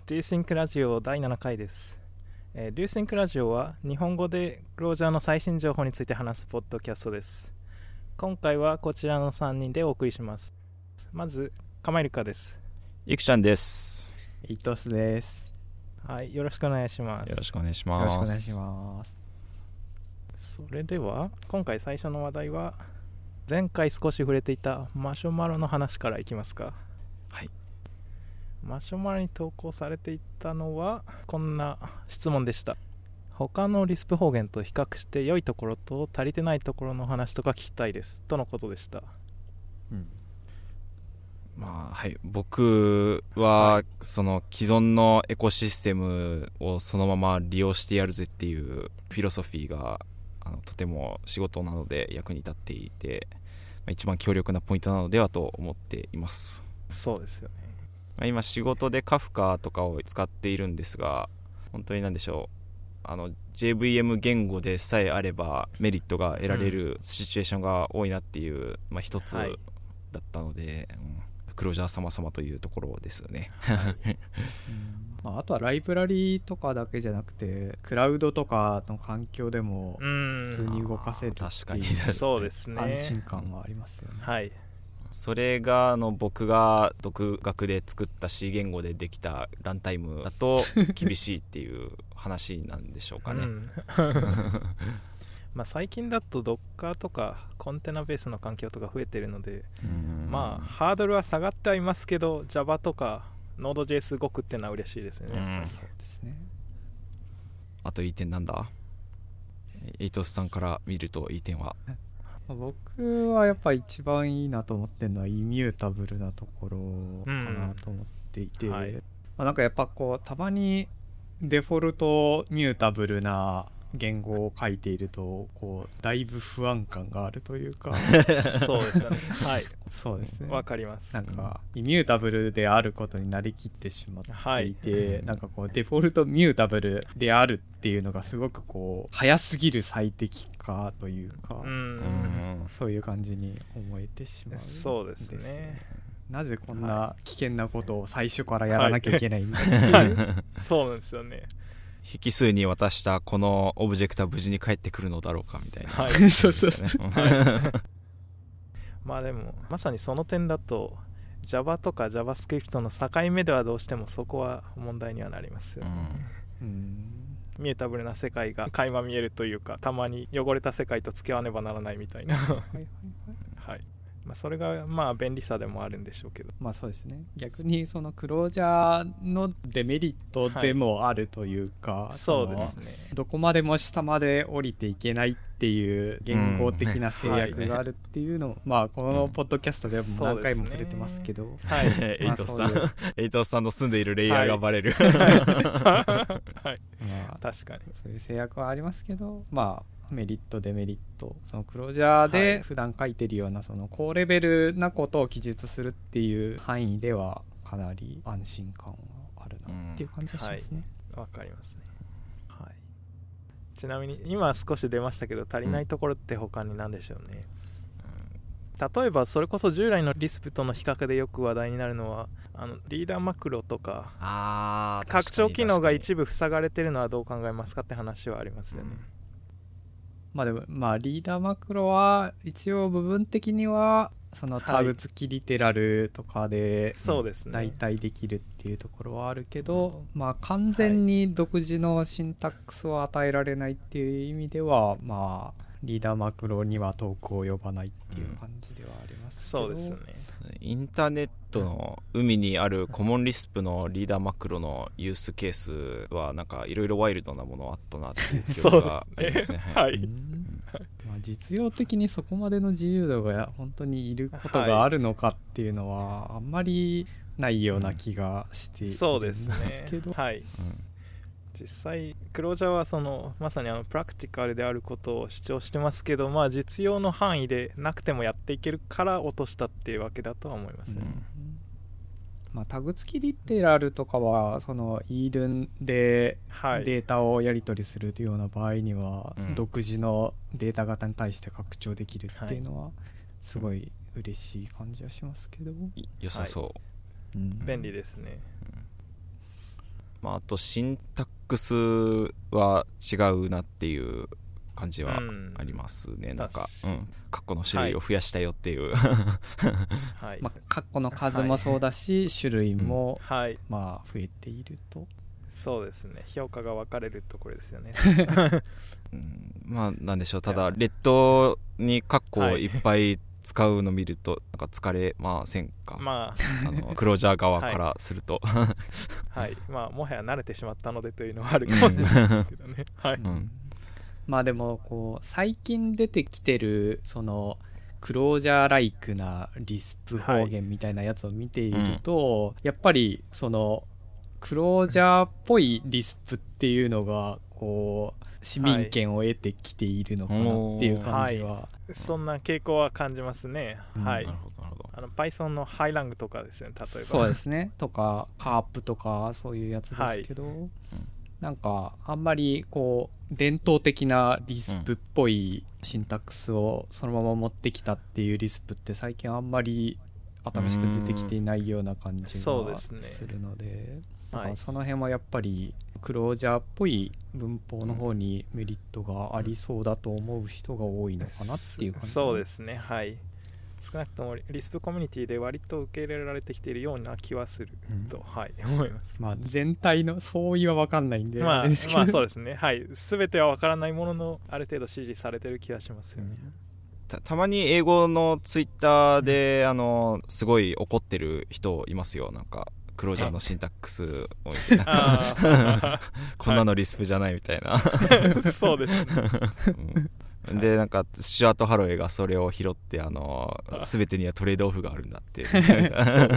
DoSync ラジオ第7回です。DoSync ラジオは日本語でクロージャーの最新情報について話すポッドキャストです。今回はこちらの3人でお送りします。まずかまいるかです。 いくちゃんです。 イトスです。 はい、よろしくお願いします。 よろしくお願いします。 よろしくお願いします。 それでは今回最初の話題は前回少し触れていたマシュマロの話からいきますか。 はい。 マシュマロに投稿されていたのはこんな質問でした。他のリスプ方言と比較して良いところと足りてないところの話とか聞きたいですとのことでした。 まあはい、僕はその既存のエコシステムをそのまま利用してやるぜっていうフィロソフィーがとても仕事なので役に立っていて、一番強力なポイントなのではと思っています。 そうですよね。 今仕事でカフカとかを使っているんですが、本当に何でしょう、JVM 言語でさえあればメリットが得られるシチュエーションが多いなっていう、一つだったので、クロージャー様々というところですよね。 あとはライブラリとかだけじゃなくてクラウドとかの環境でも普通に動かせるっていう確かにそうですね、 安心感はありますよね。 はい。 それが僕が独学で作った C 言語でできたランタイムだと厳しいっていう話なんでしょうかね。 最近だと Docker とかコンテナベースの環境とか増えてるので、ハードルは下がってはいますけど Java とか Node.js 動くっていうのは嬉しいですね。 そうですね。 あといい点なんだ、エイトスさんから見るといい点は？ 僕はやっぱ一番いいなと思ってるのはイミュータブルなところかなと思っていて、なんかやっぱたまにデフォルトミュータブルな言語を書いているとだいぶ不安感があるというかそうですよね。はい、 そうですね。 わかります。 なんかイミュータブルであることになりきってしまっていて、なんかデフォルトミュータブルであるっていうのがすごく早すぎる最適化というか、そういう感じに思えてしまうんです。 そうですね。 なぜこんな危険なことを最初からやらなきゃいけないんだっていう、 そうなんですよね。 引数に渡したこのオブジェクトは無事に帰ってくるのだろうかみたいな、 そうでもまさにその点だと Java とか JavaScript の境目ではどうしてもそこは問題にはなりますよね。ミュータブルな世界が垣間見えるというか、たまに汚れた世界と付き合わねばならないみたいなそれが便利さでもあるんでしょうけど、 そうですね。逆にそのクロージャーのデメリットでもあるというか、 そうですね。 どこまでも下まで降りていけないっていう言語的な制約があるっていうのを、このポッドキャストでも何回も触れてますけど、 エイトさんの住んでいるレイヤーがバレる、 確かにそういう制約はありますけど、メリットデメリット、そのクロージャーで普段書いてるようなその高レベルなことを記述するっていう範囲ではかなり安心感はあるなっていう感じがしますね。 わかりますね。ちなみに今少し出ましたけど、足りないところって他に何でしょうね。例えばそれこそ従来のリスプとの比較でよく話題になるのはリーダーマクロとか拡張機能が一部塞がれてるのはどう考えますかって話はありますよね。 でもリーダーマクロは一応部分的にはそのタグ付きリテラルとかで代替できるっていうところはあるけど、完全に独自のシンタックスを与えられないっていう意味ではリーダーマクロには遠く及ばないっていう感じではありますけど、 そうですね。 インターネットの海にあるコモンリスプのリーダーマクロのユースケースはなんかいろいろワイルドなものあったなっていう記憶がありますね。 実用的にそこまでの自由度が本当にいることがあるのかっていうのはあんまりないような気がしているんですけど、 そうですね。実際クロージャーはまさにプラクティカルであることを主張してますけど、実用の範囲でなくてもやっていけるから落としたっていうわけだとは思いますよね。 タグ付きリテラルとかはその EDUN でデータをやり取りするというような場合には、独自のデータ型に対して拡張できるっていうのはすごい嬉しい感じはしますけど、 良さそう、 便利ですね。 あとシンタックスは違うなっていう感じはありますね、なんか、カッコの種類を増やしたよっていう、 はい、カッコの数もそうだし、種類も、増えていると。 そうですね、評価が分かれるところですよね。 なんでしょう、ただレッドにカッコをいっぱい使うの見るとなんか疲れませんか、クロージャー側からすると、 もはや慣れてしまったのでというのはあるかもしれないですけどね。 でもこう最近出てきてるそのクロージャーライクなリスプ方言みたいなやつを見ていると、やっぱりそのクロージャーっぽいリスプっていうのがこう市民権を得てきているのかなっていう感じは、 そんな傾向は感じますね。なるほど。Python のハイラングとかですね、例えば。 そうですね、とかカープとかそういうやつですけど、なんかあんまりこう伝統的なリスプっぽいシンタックスをそのまま持ってきたっていうリスプって最近あんまり新しく出てきていないような感じがするので、その辺はやっぱりクロージャーっぽい文法の方にメリットがありそうだと思う人が多いのかなっていう感じ。 そうですね、少なくともリスプコミュニティで割と受け入れられてきているような気はすると、思います。 全体の相違は分かんないんで、 そうですね、全ては分からないもののある程度支持されてる気がしますよね。 たまに英語のツイッターで、すごい怒ってる人いますよ、なんかクロージャーのシンタックスを見てこんなのリスプじゃないみたいなそうですね、 でなんかスチュアート・ハロウェイがそれを拾って全てにはトレードオフがあるんだってそうですね、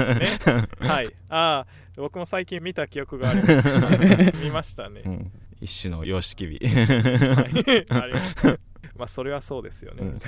僕も最近見た記憶があります見ましたね、 一種の様式美あります。それはそうですよね、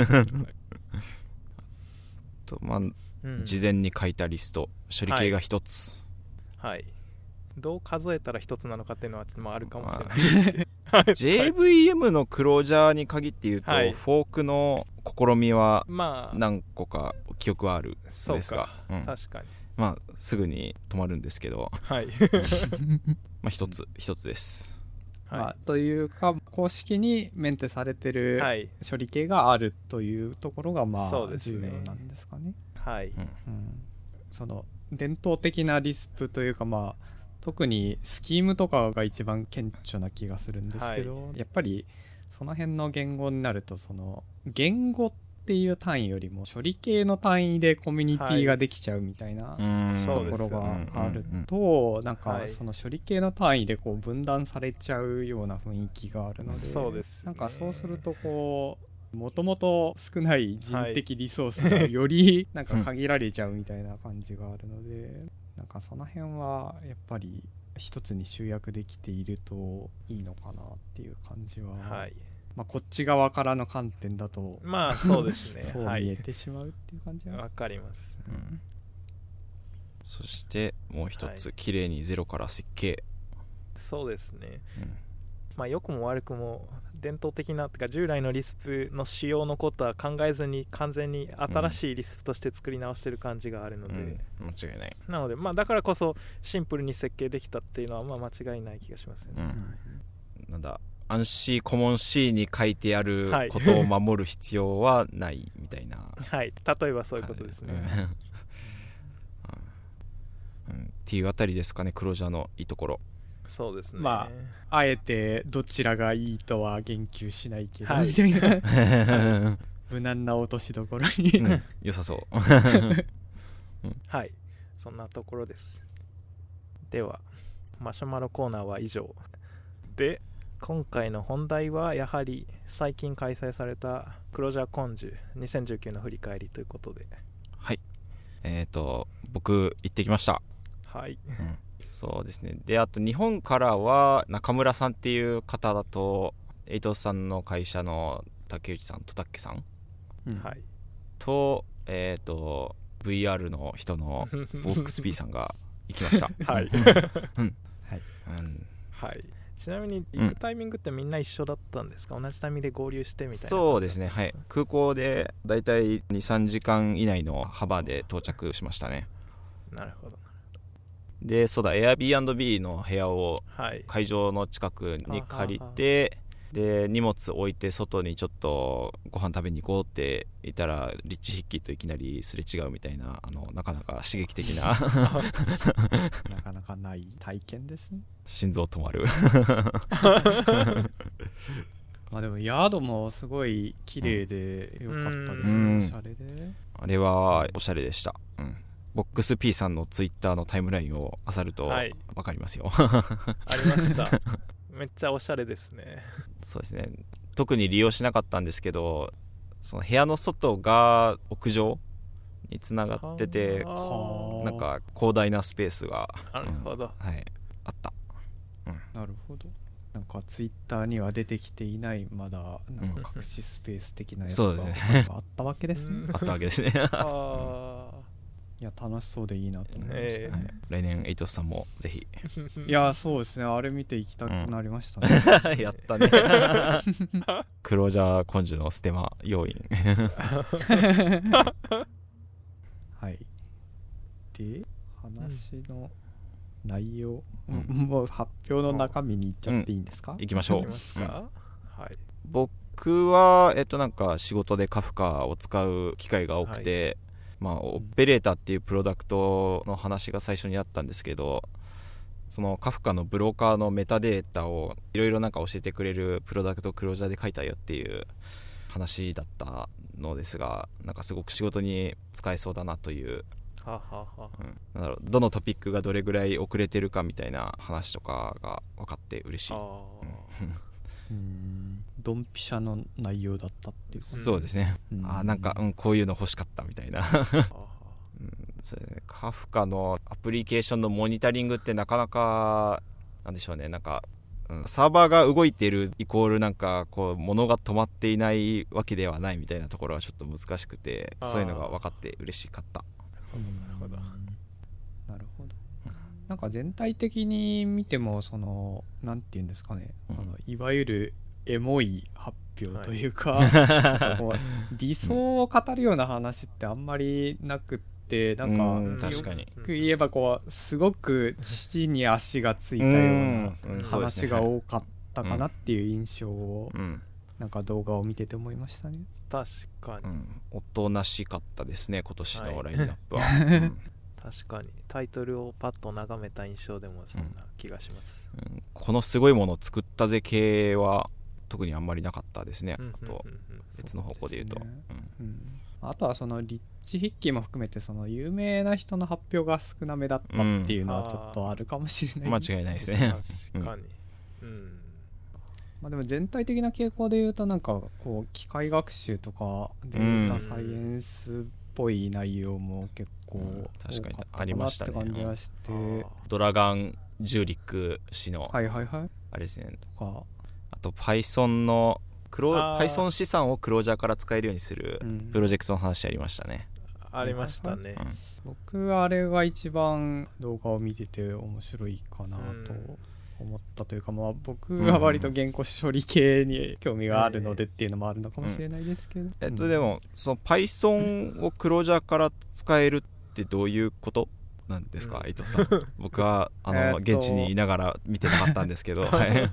事前に書いたリスト、処理系が一つ、 どう数えたら一つなのかっていうのはあるかもしれないですけど JVM のクロージャーに限って言うと、フォークの試みは何個か記憶はあるんですが、 確かにすぐに止まるんですけど、一つです、 というか公式にメンテされてる処理系があるというところが重要なんですかね。その伝統的なリスプというか特にスキームとかが一番顕著な気がするんですけど、やっぱりその辺の言語になるとその言語っていう単位よりも処理系の単位でコミュニティができちゃうみたいなところがあると、なんかその処理系の単位でこう分断されちゃうような雰囲気があるので、なんかそうするとこうもともと少ない人的リソースがよりなんか限られちゃうみたいな感じがあるので、なんかその辺はやっぱり一つに集約できているといいのかなっていう感じは、こっち側からの観点だとそうですねそう見えてしまうっていう感じはわかります、 そしてもう一つ、綺麗にゼロから設計。 そうですね、良くも悪くも伝統的なとか従来のリスプの仕様のことは考えずに完全に新しいリスプとして作り直してる感じがあるので、 間違いない。 なのでだからこそシンプルに設計できたっていうのは間違いない気がしますよね、 なんだアンシーコモン C に書いてあることを守る必要はないみたいな、 例えばそういうことですね、 っていうあたりですかね、クロージャーのいいところ。 そうですね、 あえてどちらがいいとは言及しないけど、みたいな無難な落としどころに、 良さそうそんなところです。ではマシュマロコーナーは以上で、今回の本題はやはり最近開催されたクロージャーコンジュ2019の振り返りということで、 僕行ってきました。そうですね。であと日本からは中村さんっていう方だと、エイトさんの会社の竹内さんとたっけさん、とVR の人のボックス P さんが行きましたちなみに行くタイミングってみんな一緒だったんですか？同じタイミングで合流してみたいな。 そうですね、空港でだいたい 2,3 時間以内の幅で到着しましたね。 なるほど。 でそうだ Airbnb の部屋を会場の近くに借りて、で荷物置いて外にちょっとご飯食べに行こうって言ったらリッチヒッキーといきなりすれ違うみたいな、なかなか刺激的ななかなかない体験ですね。 心臓止まるまあでも宿もすごい綺麗で良かったですね。おしゃれで、 あれはおしゃれでした。ボックス P さんのツイッターのタイムラインを漁ると分かりますよ、 ありました。めっちゃおしゃれですね。 そうですね、特に利用しなかったんですけど、その部屋の外が屋上につながってて、なんか広大なスペースが、 なるほど、 はい、あった、 なるほど。なんかツイッターには出てきていないまだなんか隠しスペース的なやつがあったわけですね。 あったわけですね。 いや楽しそうでいいなと思いましたね。 来年エイトスさんもぜひ。 いやそうですね、あれ見て行きたくなりましたね。 やったね。クロージャーコンジュのステマ要員。 はい。で話の内容、もう発表の中身に行っちゃっていいんですか？ 行きましょう。 はい、 僕はなんか仕事でカフカを使う機会が多くて、まあ、オペレーターっていうプロダクトの話が最初にあったんですけど、そのカフカのブローカーのメタデータをいろいろなんか教えてくれるプロダクトをクロージャーで書いたよっていう話だったのですが、なんかすごく仕事に使えそうだなという、なんだろう、どのトピックがどれぐらい遅れてるかみたいな話とかが分かって嬉しい。 ドンピシャの内容だったっていう。 そうですね。なんか、こういうの欲しかったみたいな。それね、カフカのアプリケーションのモニタリングってなかなかなんでしょうね、なんか、サーバーが動いているイコールなんかこう物が止まっていないわけではないみたいなところはちょっと難しくて、そういうのが分かって嬉しかった。 なるほど。なんか全体的に見てもそのなんていうんですかね、いわゆるエモい発表というか、なんかこう理想を語るような話ってあんまりなくって、なんか確かによく言えばこうすごく地に足がついたような話が多かったかなっていう印象をなんか動画を見てて思いましたね。 確かに、 おとなしかったですね、今年のラインナップは。 確かにタイトルをパッと眺めた印象でもそんな気がします。 このすごいものを作ったぜ系は特にあんまりなかったですね。あと別の方向で言うと、 あとはそのリッチ筆記も含めてその有名な人の発表が少なめだったっていうのはちょっとあるかもしれない。 間違いないですね。 確かに。 まあでも全体的な傾向で言うとなんかこう機械学習とかデータサイエンスっぽい内容も結構多かったかなって感じがして、 ドラガン・ジューリック氏のあれですね、 とか、 あと Python のPython 資産をクロージャーから使えるようにするプロジェクトの話ありましたね。 ありましたね。 僕はあれが一番動画を見てて面白いかなと思ったというか、まあ僕は割と言語処理系に興味があるのでっていうのもあるのかもしれないですけど、 でもその Python をクロージャーから使えるってどういうことなんですか、伊藤さん。僕は現地にいながら見てなかったんですけど。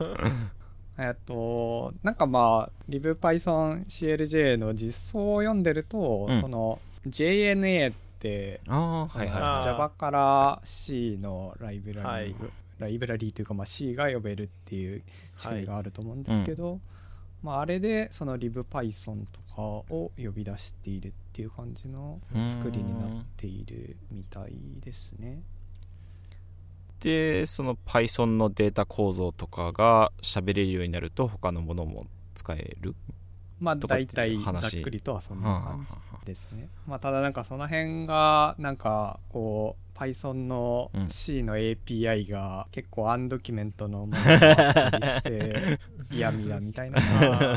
なんかまあ LibPython-CLJ の実装を読んでると、その JNA ってJava から C のライブラリーというか、まあ C が呼べるっていう仕組みがあると思うんですけど、まあ、あれでその LibPython とかを呼び出しているっていう感じの作りになっているみたいですね。 でその Python のデータ構造とかが喋れるようになると他のものも使える。 まあ大体ざっくりとはそんな感じですね。まあただなんかその辺がなんかこう Python の C の API が結構アンドキュメントのものがあったりして嫌味だみたいな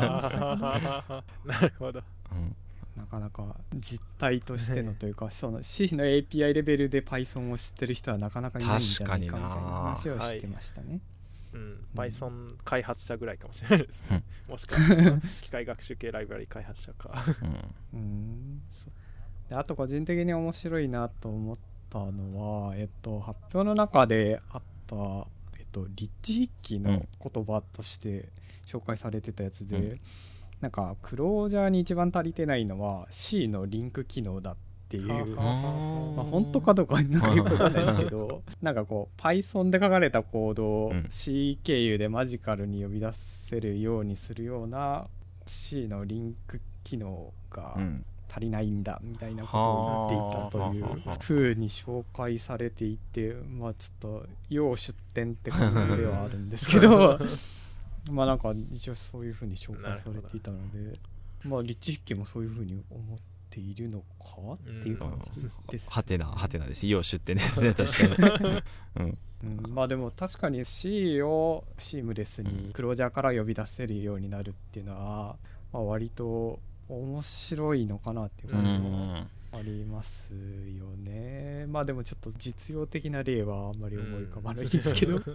なるほど。 なかなか実態としてのというか、その C の API レベルで Python を知ってる人はなかなかいないんじゃないかみたいな話をしてましたね。 Python 開発者ぐらいかもしれないですね。もしかしたら機械学習系ライブラリ開発者か。 であと個人的に面白いなと思ったのは、発表の中であった、リッチ筆記の言葉として紹介されてたやつで、なんかクロージャーに一番足りてないのは C のリンク機能だっていう、まあ、本当かどうかなんかよくわかんないですけどなんかこう Python で書かれたコードを C 経由でマジカルに呼び出せるようにするような C のリンク機能が足りないんだみたいなことを言っていたという風に紹介されていて、まあちょっと要出典って感じではあるんですけどまあなんか一応そういう風に紹介されていたので、まあリッチ筆記もそういう風に思っているのかっていう感じです、ね。 はてなです。要出典ですね確かに、 まあでも確かに C をシームレスにクロージャーから呼び出せるようになるっていうのは、まあ、割と面白いのかなっていう感じはありますよね。まあでもちょっと実用的な例はあんまり思い浮かばないですけど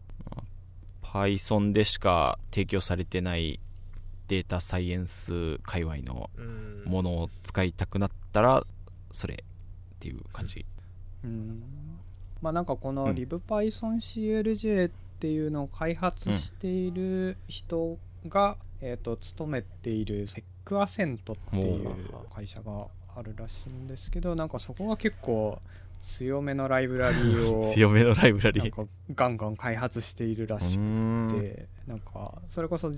Python でしか提供されてないデータサイエンス界隈のものを使いたくなったらそれっていう感じ。 まあなんかこの libPythonCLJ っていうのを開発している人が、勤めているセックアセントっていう会社があるらしいんですけど、なんかそこが結構強めのライブラリーを強めのライブラリーなんかガンガン開発しているらしくて、なんかそれこそ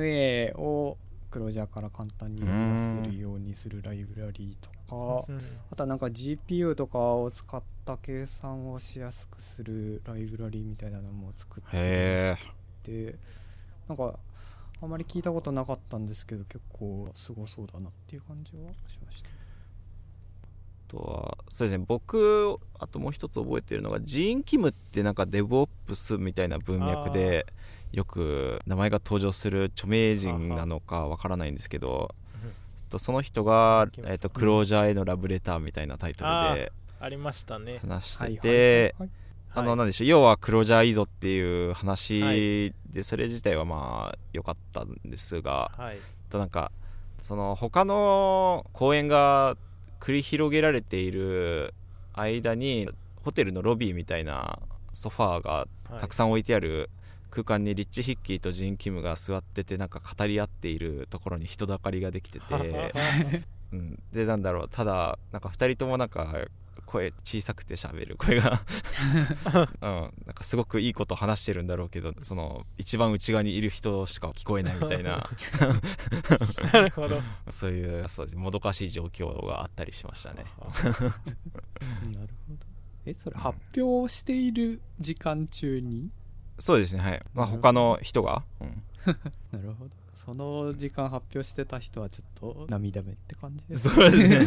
JNA をクロージャーから簡単に出せるようにするライブラリーとか、あとはなんか GPU とかを使った計算をしやすくするライブラリーみたいなのも作ってるらしくて、なんかあまり聞いたことなかったんですけど結構すごそうだなっていう感じはしました。 あとはそうですね、僕あともう一つ覚えてるのがジーン・キムってなんか DevOps みたいな文脈でよく名前が登場する著名人なのかわからないんですけど、その人が、クロージャーへのラブレターみたいなタイトルでありましたね話してて、なんでしょう、要はクロージャーいいぞっていう話で、それ自体はまあ良かったんですが、となんかその他の公演が繰り広げられている間にホテルのロビーみたいなソファーがたくさん置いてある空間にリッチ・ヒッキーとジーン・キムが座っててなんか語り合っているところに人だかりができててでなんだろう、ただなんか2人ともなんか声小さくて喋る声がなんかすごくいいこと話してるんだろうけど、その一番内側にいる人しか聞こえないみたいななるほどそういうもどかしい状況があったりしましたねなるほど。それ発表している時間中に？ そうですね、はい、まあ、他の人が、 なるほど。その時間発表してた人はちょっと涙目って感じです。 そうですね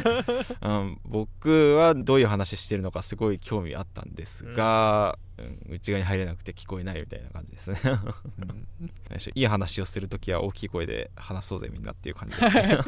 僕はどういう話してるのかすごい興味あったんですが、内側に入れなくて聞こえないみたいな感じですねいい話をするときは大きい声で話そうぜみんなっていう感じですね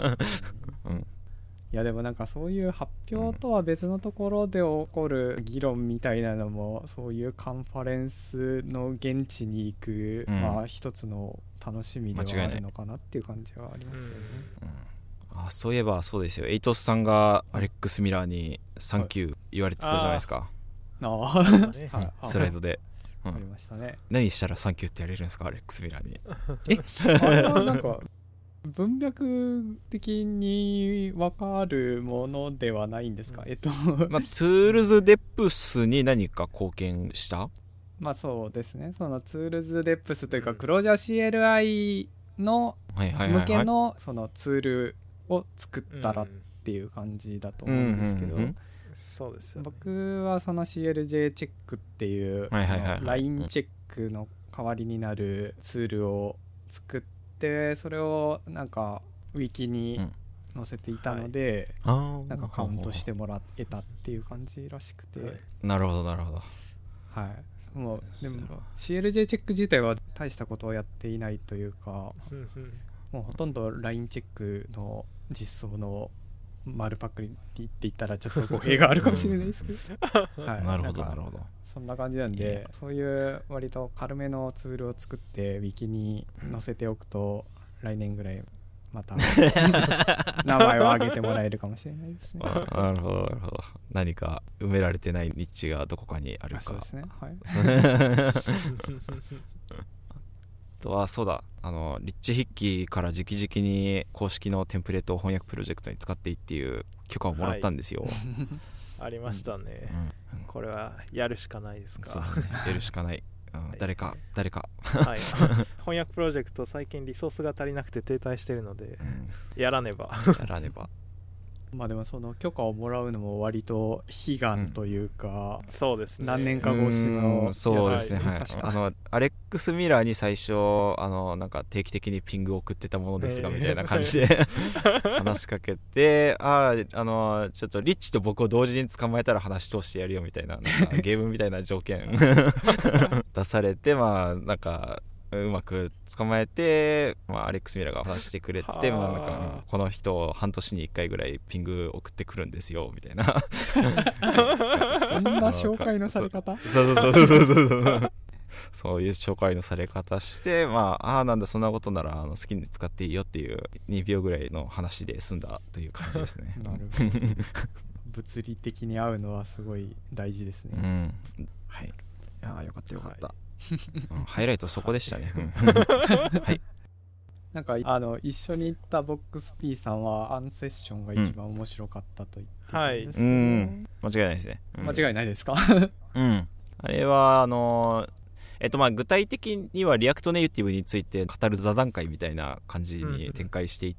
いやでもなんかそういう発表とは別のところで起こる議論みたいなのも、そういうカンファレンスの現地に行く、まあ一つの楽しみではあるのかなっていう感じはありますよね。 あ、そういえばそうですよ、エイトスさんがアレックス・ミラーにサンキュー言われてたじゃないですか。スライドでありましたね。 何したらサンキューってやれるんですか、アレックス・ミラーに。 あれはなんか文脈的に分かるものではないんですか？ まあ、ツールズデップスに何か貢献した？ まあそうですね、そのツールズデップスというかクロージャー CLI の向けのそのツールを作ったらっていう感じだと思うんですけど、 そうですよね、 僕はその CLJ チェックっていうラインチェックの代わりになるツールを作ってそれをなんかウィキに載せていたので、なんかカウントしてもらえたっていう感じらしくて、 なるほどなるほど。 はい、もうでも CLJ チェック自体は大したことをやっていないというかもうほとんどラインチェックの実装の丸パクリって言ったらちょっと語弊があるかもしれないですけどはい、 なるほどなるほど、 そんな感じなんで、そういう割と軽めのツールを作ってウィキに載せておくと来年ぐらいまた名前を挙げてもらえるかもしれないですね。 なるほどなるほど。何か埋められてないニッチがどこかにあるか。 そうですね、はい。 あとはそうだ、リッチ筆記から直々に公式のテンプレートを翻訳プロジェクトに使っていいっていう許可をもらったんですよ、はい、 ありましたね、これはやるしかないですか。 そう、ね、やるしかない、誰か、 はい、翻訳プロジェクト最近リソースが足りなくて停滞してるので、やらねばまあでもその許可をもらうのも割と悲願というか、 そうですね、 何年か越しのそうですね、はい、アレックス・ミラーに最初なんか定期的にピングを送ってたものですが、みたいな感じで話しかけて、ちょっとリッチと僕を同時に捕まえたら話通してやるよみたい なんかゲームみたいな条件出されて、まあなんかうまく捕まえて、アレックス・ミラーが話してくれて、なんかこの人半年に1回ぐらいピング送ってくるんですよみたいなそんな紹介のされ方そうそういう紹介のされ方して、なんだそんなことなら好きに使っていいよっていう2秒ぐらいの話で済んだという感じですね。 なるほど物理的に会うのはすごい大事ですね、 はい、いやよかったよかった、はいハイライトそこでしたねはい。 なんか一緒に行ったボックス P さんはアンセッションが一番面白かったと言ってたんですけど、 間違いないですね、 間違いないですかあれは具体的にはリアクトネイティブについて語る座談会みたいな感じに展開していって、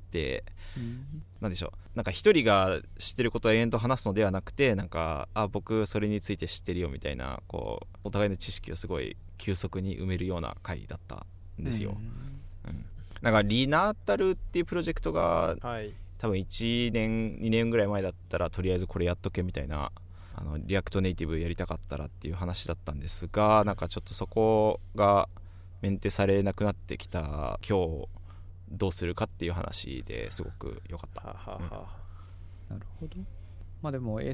なんでしょう、なんか一人が知ってることを延々と話すのではなくて、なんか僕それについて知ってるよみたいな、こうお互いの知識をすごい急速に埋めるような回だったんですよ、なんかリナータルっていうプロジェクトが、多分1年2年ぐらい前だったらとりあえずこれやっとけみたいな、リアクトネイティブやりたかったらっていう話だったんですが、なんかちょっとそこがメンテされなくなってきた今日どうするかっていう話ですごく良かった。 なるほど。まあでも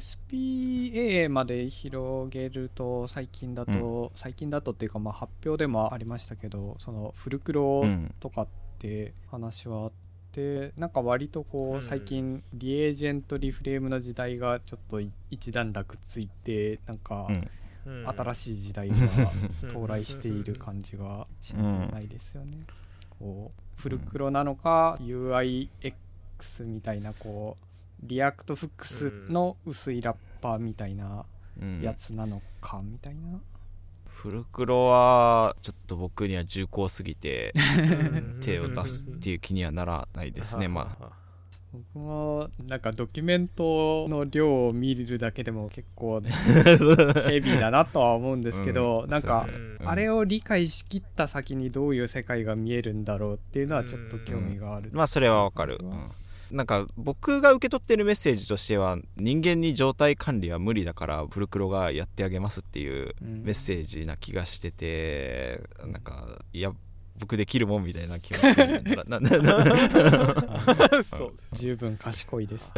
SPA まで広げると最近だとっていうか、発表でもありましたけど、そのフルクロとかって話はあって、なんか割とこう最近リエージェントリフレームの時代がちょっと一段落ついて、なんか新しい時代が到来している感じがしないですよね。こうフルクロなのか UIX みたいな、こうリアクトフックスの薄いラッパーみたいなやつなのかみたいな。 フルクロはちょっと僕には重厚すぎて手を出すっていう気にはならないですね。 僕もなんかドキュメントの量を見るだけでも結構ヘビーだなとは思うんですけど、なんかあれを理解しきった先にどういう世界が見えるんだろうっていうのはちょっと興味がある。 それはわかる。なんか僕が受け取ってるメッセージとしては、人間に状態管理は無理だからフルクロがやってあげますっていうメッセージな気がしてて、なんかいや僕できるもんみたいな気持ちになそう十分賢いです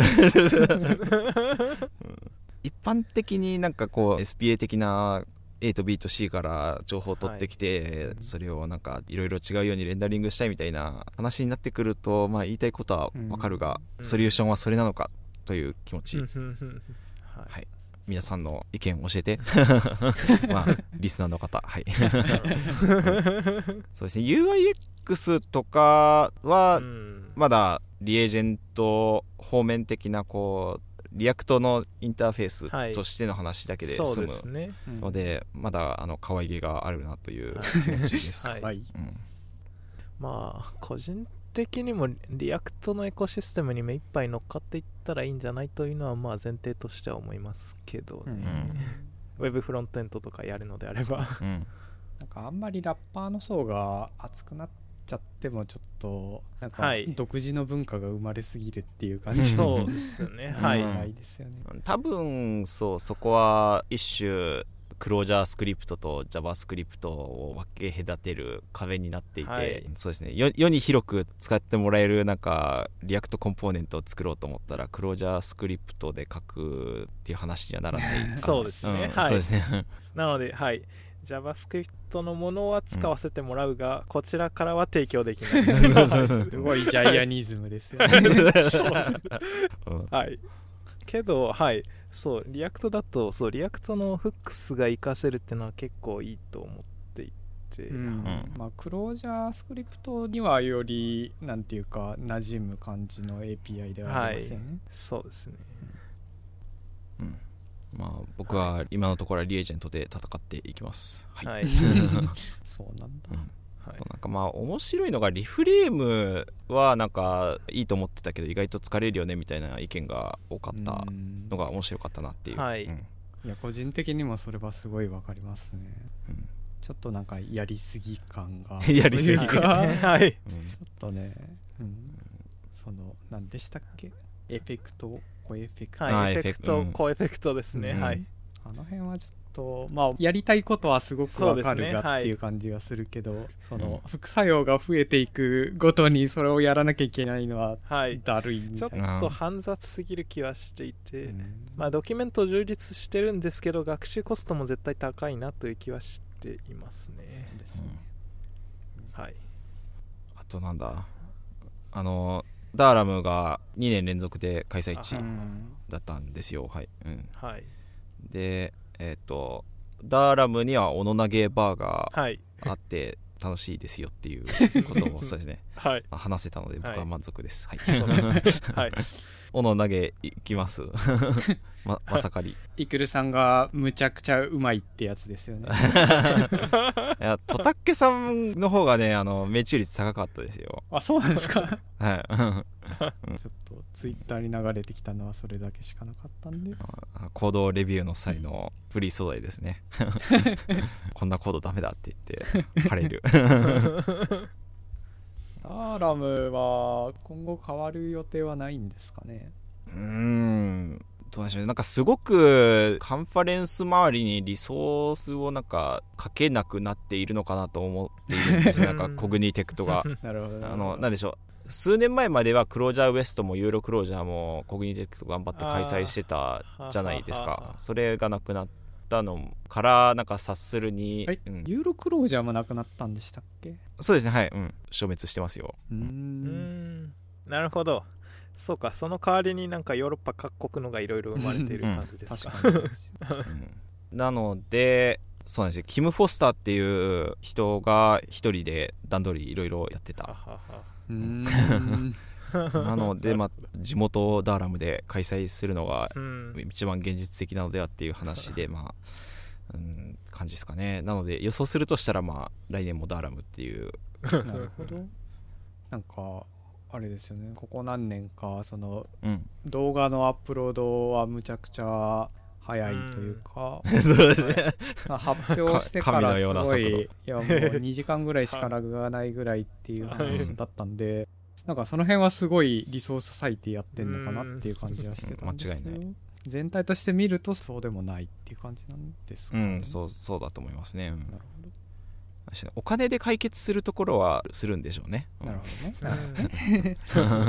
一般的になんかこう SPA 的な A と B と C から情報を取ってきて、それをなんかいろいろ違うようにレンダリングしたいみたいな話になってくると、言いたいことはわかるが、ソリューションはそれなのかという気持ち、はい、皆さんの意見を教えてリスナーの方、はいそうですね、UIX とかはまだリエージェント方面的なこうリアクトのインターフェースとしての話だけで済むので、まだ可愛げがあるなという気持ちです、 個人的にもリアクトのエコシステムに目いっぱい乗っかっていったらいいんじゃないというのは前提としては思いますけどね、ウェブフロントエンドとかやるのであれば、 なんかあんまりラッパーの層が厚くなっちゃってもちょっとなんか独自の文化が生まれすぎるっていう感じ、 そうですよね、 ないですよね。 多分そこは一種クロージャースクリプトと JavaScript を分け隔てる壁になっていて、そうですね、世に広く使ってもらえるなんかリアクトコンポーネントを作ろうと思ったらクロージャースクリプトで書くっていう話にはならないそうですね、 そうですねなので JavaScript のものは使わせてもらうが、こちらからは提供できないすごいジャイアニズムですよねはいけどはいそうリアクトだとそうリアクトのフックスが活かせるっていうのは結構いいと思っていて、 まあクロージャースクリプトにはよりなんていうか馴染む感じの API ではありません、 そうですね、 まあ僕は今のところはリエージェントで戦っていきます。はい、 そうなんだ、 なんかまあ面白いのがリフレームはなんかいいと思ってたけど意外と疲れるよねみたいな意見が多かったのが面白かったなっていう、 いや個人的にもそれはすごいわかりますね、ちょっとなんかやりすぎ感がやりすぎはい、 ちょっとね、その何でしたっけエフェクトコエフェクト、 エフェクトコエフェクトですね、はいあの辺はちょっとまあやりたいことはすごくわかるがっていう感じがするけど、その副作用が増えていくごとにそれをやらなきゃいけないのはだるいみたいな、 ちょっと煩雑すぎる気はしていて、まあドキュメント充実してるんですけど学習コストも絶対高いなという気はしていますね。 そうですね、 はい。 あとなんだダーラムが2年連続で開催地だったんですよ。はい、 はい、 でダーラムにはオノ投げバーがあって楽しいですよっていうこともそうですね、話せたので僕は満足です。はい、はい、オノ投げいきますまさかりイクルさんがむちゃくちゃうまいってやつですよねいやトタッケさんの方がね命中率高かったですよ。 あ、そうなんですかはいちょっとツイッターに流れてきたのはそれだけしかなかったんでコードレビューの際のフリー素材ですねこんなコードダメだって言って晴れるダーラムは今後変わる予定はないんですかね。 どうでしょうね。なんかすごくカンファレンス周りにリソースをなんかかけなくなっているのかなと思っているんですなんかコグニテクトがなるほどなんでしょう、数年前まではクロージャーウエストもユーロクロージャーもコグニテクト頑張って開催してたじゃないですか。それがなくなったのからなんか察するに、 ユーロクロージャーもなくなったんでしたっけ。 そうですね、はい、消滅してますよ。 なるほど。そうか、その代わりになんかヨーロッパ各国のがいろいろ生まれている感じですか。 なのでそうなんですよ、キム・フォスターっていう人が一人で段取りいろいろやってたなので、地元ダーラムで開催するのが一番現実的なのではっていう話で感じですかね。なので予想するとしたら来年もダーラムっていうなるほど。なんかあれですよね、ここ何年かその、動画のアップロードはむちゃくちゃ早いというか、 そうですね発表してからすごいいやもう2時間ぐらいしかラグがないぐらいっていう話だったんで、なんかその辺はすごいリソース割いてやってんのかなっていう感じはしてたんですけど、 間違いない。 全体として見るとそうでもないっていう感じなんですかね。 そうだと思いますね。 なるほど。 お金で解決するところはするんでしょうね。 なるほどね。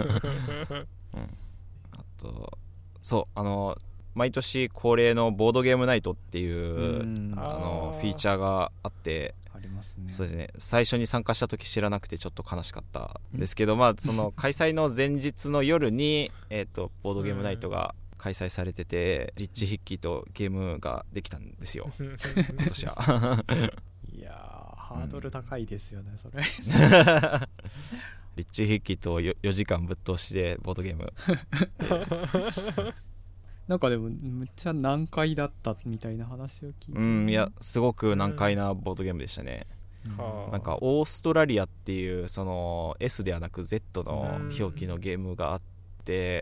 あとそう毎年恒例のボードゲームナイトっていうフィーチャーがあってありますね。 そうですね、最初に参加した時知らなくてちょっと悲しかったんですけど、その開催の前日の夜にボードゲームナイトが開催されてて、リッチ・ヒッキーとゲームができたんですよ今年はいやハードル高いですよね、それリッチ・ヒッキーと4時間ぶっ通しでボードゲームなんかでもむっちゃ難解だったみたいな話を聞いて、 いやすごく難解なボードゲームでしたね。なんかオーストラリアっていうその S ではなく Z の表記のゲームがあって、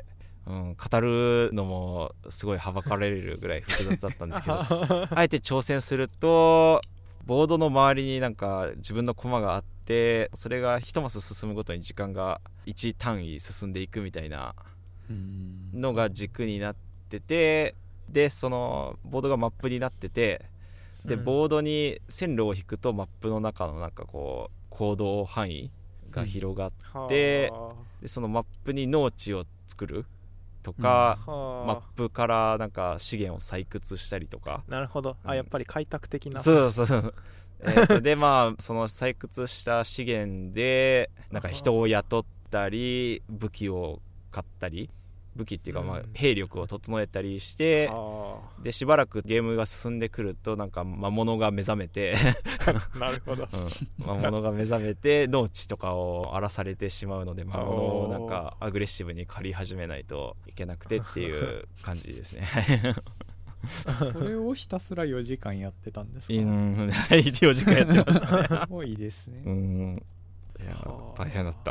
語るのもすごいはばかれるぐらい複雑だったんですけどあえて挑戦するとボードの周りになんか自分のコマがあって、それが一マス進むごとに時間が1単位進んでいくみたいなのが軸になってて、でそのボードがマップになってて、でボードに線路を引くとマップの中のなんかこう行動範囲が広がって、でそのマップに農地を作るっとか、マップからなんか資源を採掘したりとか。 なるほど。やっぱり開拓的な。 そうでまあその採掘した資源でなんか人を雇ったり武器を買ったり、武器っていうかまあ兵力を整えたりして、でしばらくゲームが進んでくるとなんか魔物が目覚めてなるほど、 魔物が目覚めて農地とかを荒らされてしまうので、魔物をなんかアグレッシブに狩り始めないといけなくてっていう感じですねそれをひたすら4時間やってたんですか？ 4時間やってましたねすごいですね。 いや大変だった、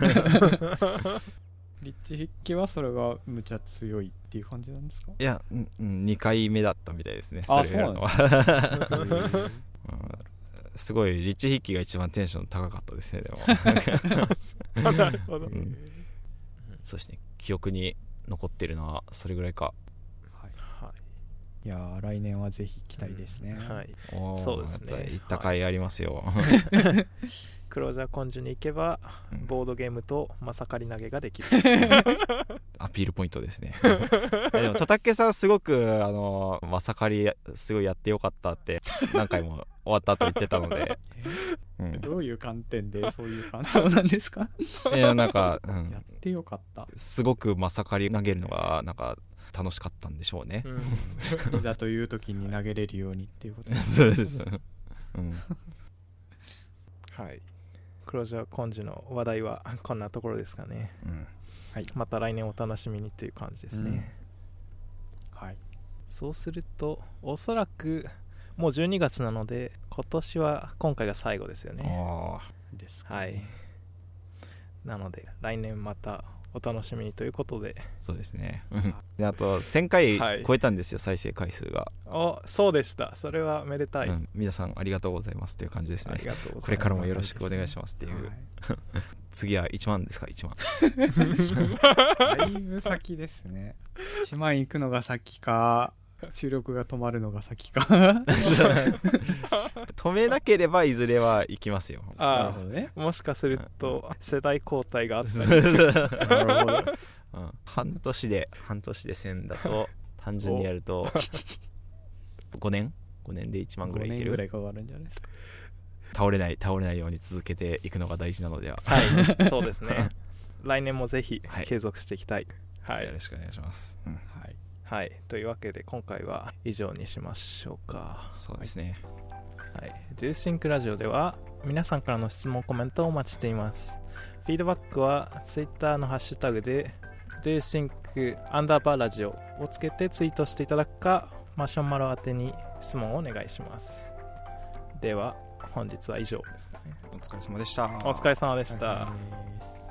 リッチ筆記はそれがむちゃ強いっていう感じなんですか？ いや、2回目だったみたいですね。 あ、そうなんですねすごいリッチ筆記が一番テンション高かったですね。でもなるほど、 そうですね、記憶に残ってるのはそれぐらいか。 いや来年はぜひ期待ですね、 そうですね、 行った甲斐ありますよ、 クロージャーコンジュに行けば、ボードゲームとマサカリ投げができるアピールポイントですねでもトタケさんすごくマサカリすごいやってよかったって何回も終わった後言ってたのでどういう観点でそういう感想なんですか？ なんか、 やってよかった、 すごくマサカリ投げるのがなんか楽しかったんでしょうね、 いざという時に投げれるようにっていうことですそうです、 はい、クロージャーコンジュの話題はこんなところですかね、また来年お楽しみにっていう感じですね、そうするとおそらくもう12月なので今回が最後ですよね。 ですかね。 はい。なので来年またお楽しみにということで。 そうですね。であと1000回超えたんですよ、再生回数が。 そうでした。それはめでたい、 皆さんありがとうございますという感じですね。 ありがとうございます。 これからもよろしくお願いしますっていう、次は1万ですか1万だいぶ先ですね。1万行くのが先か収録が止まるのが先か止めなければいずれは行きますよ。 なるほどね。 もしかすると世代交代があったりなるほど、 半年で1000だと単純にやると5年で1万ぐらいいける。 5年ぐらいかかるんじゃないですか。 倒れないように続けていくのが大事なのでは。 はいそうですね来年もぜひ継続していきたい、 よろしくお願いします、 はい、というわけで今回は以上にしましょうか。 そうですね。 Do You Think ラジオでは皆さんからの質問コメントをお待ちしています。フィードバックは Twitter のハッシュタグで Do You Think_ ラジオをつけてツイートしていただくか、マシュマロ宛てに質問をお願いします。では本日は以上ですかね。 お疲れ様でした。 お疲れ様でした。 お疲れ様です。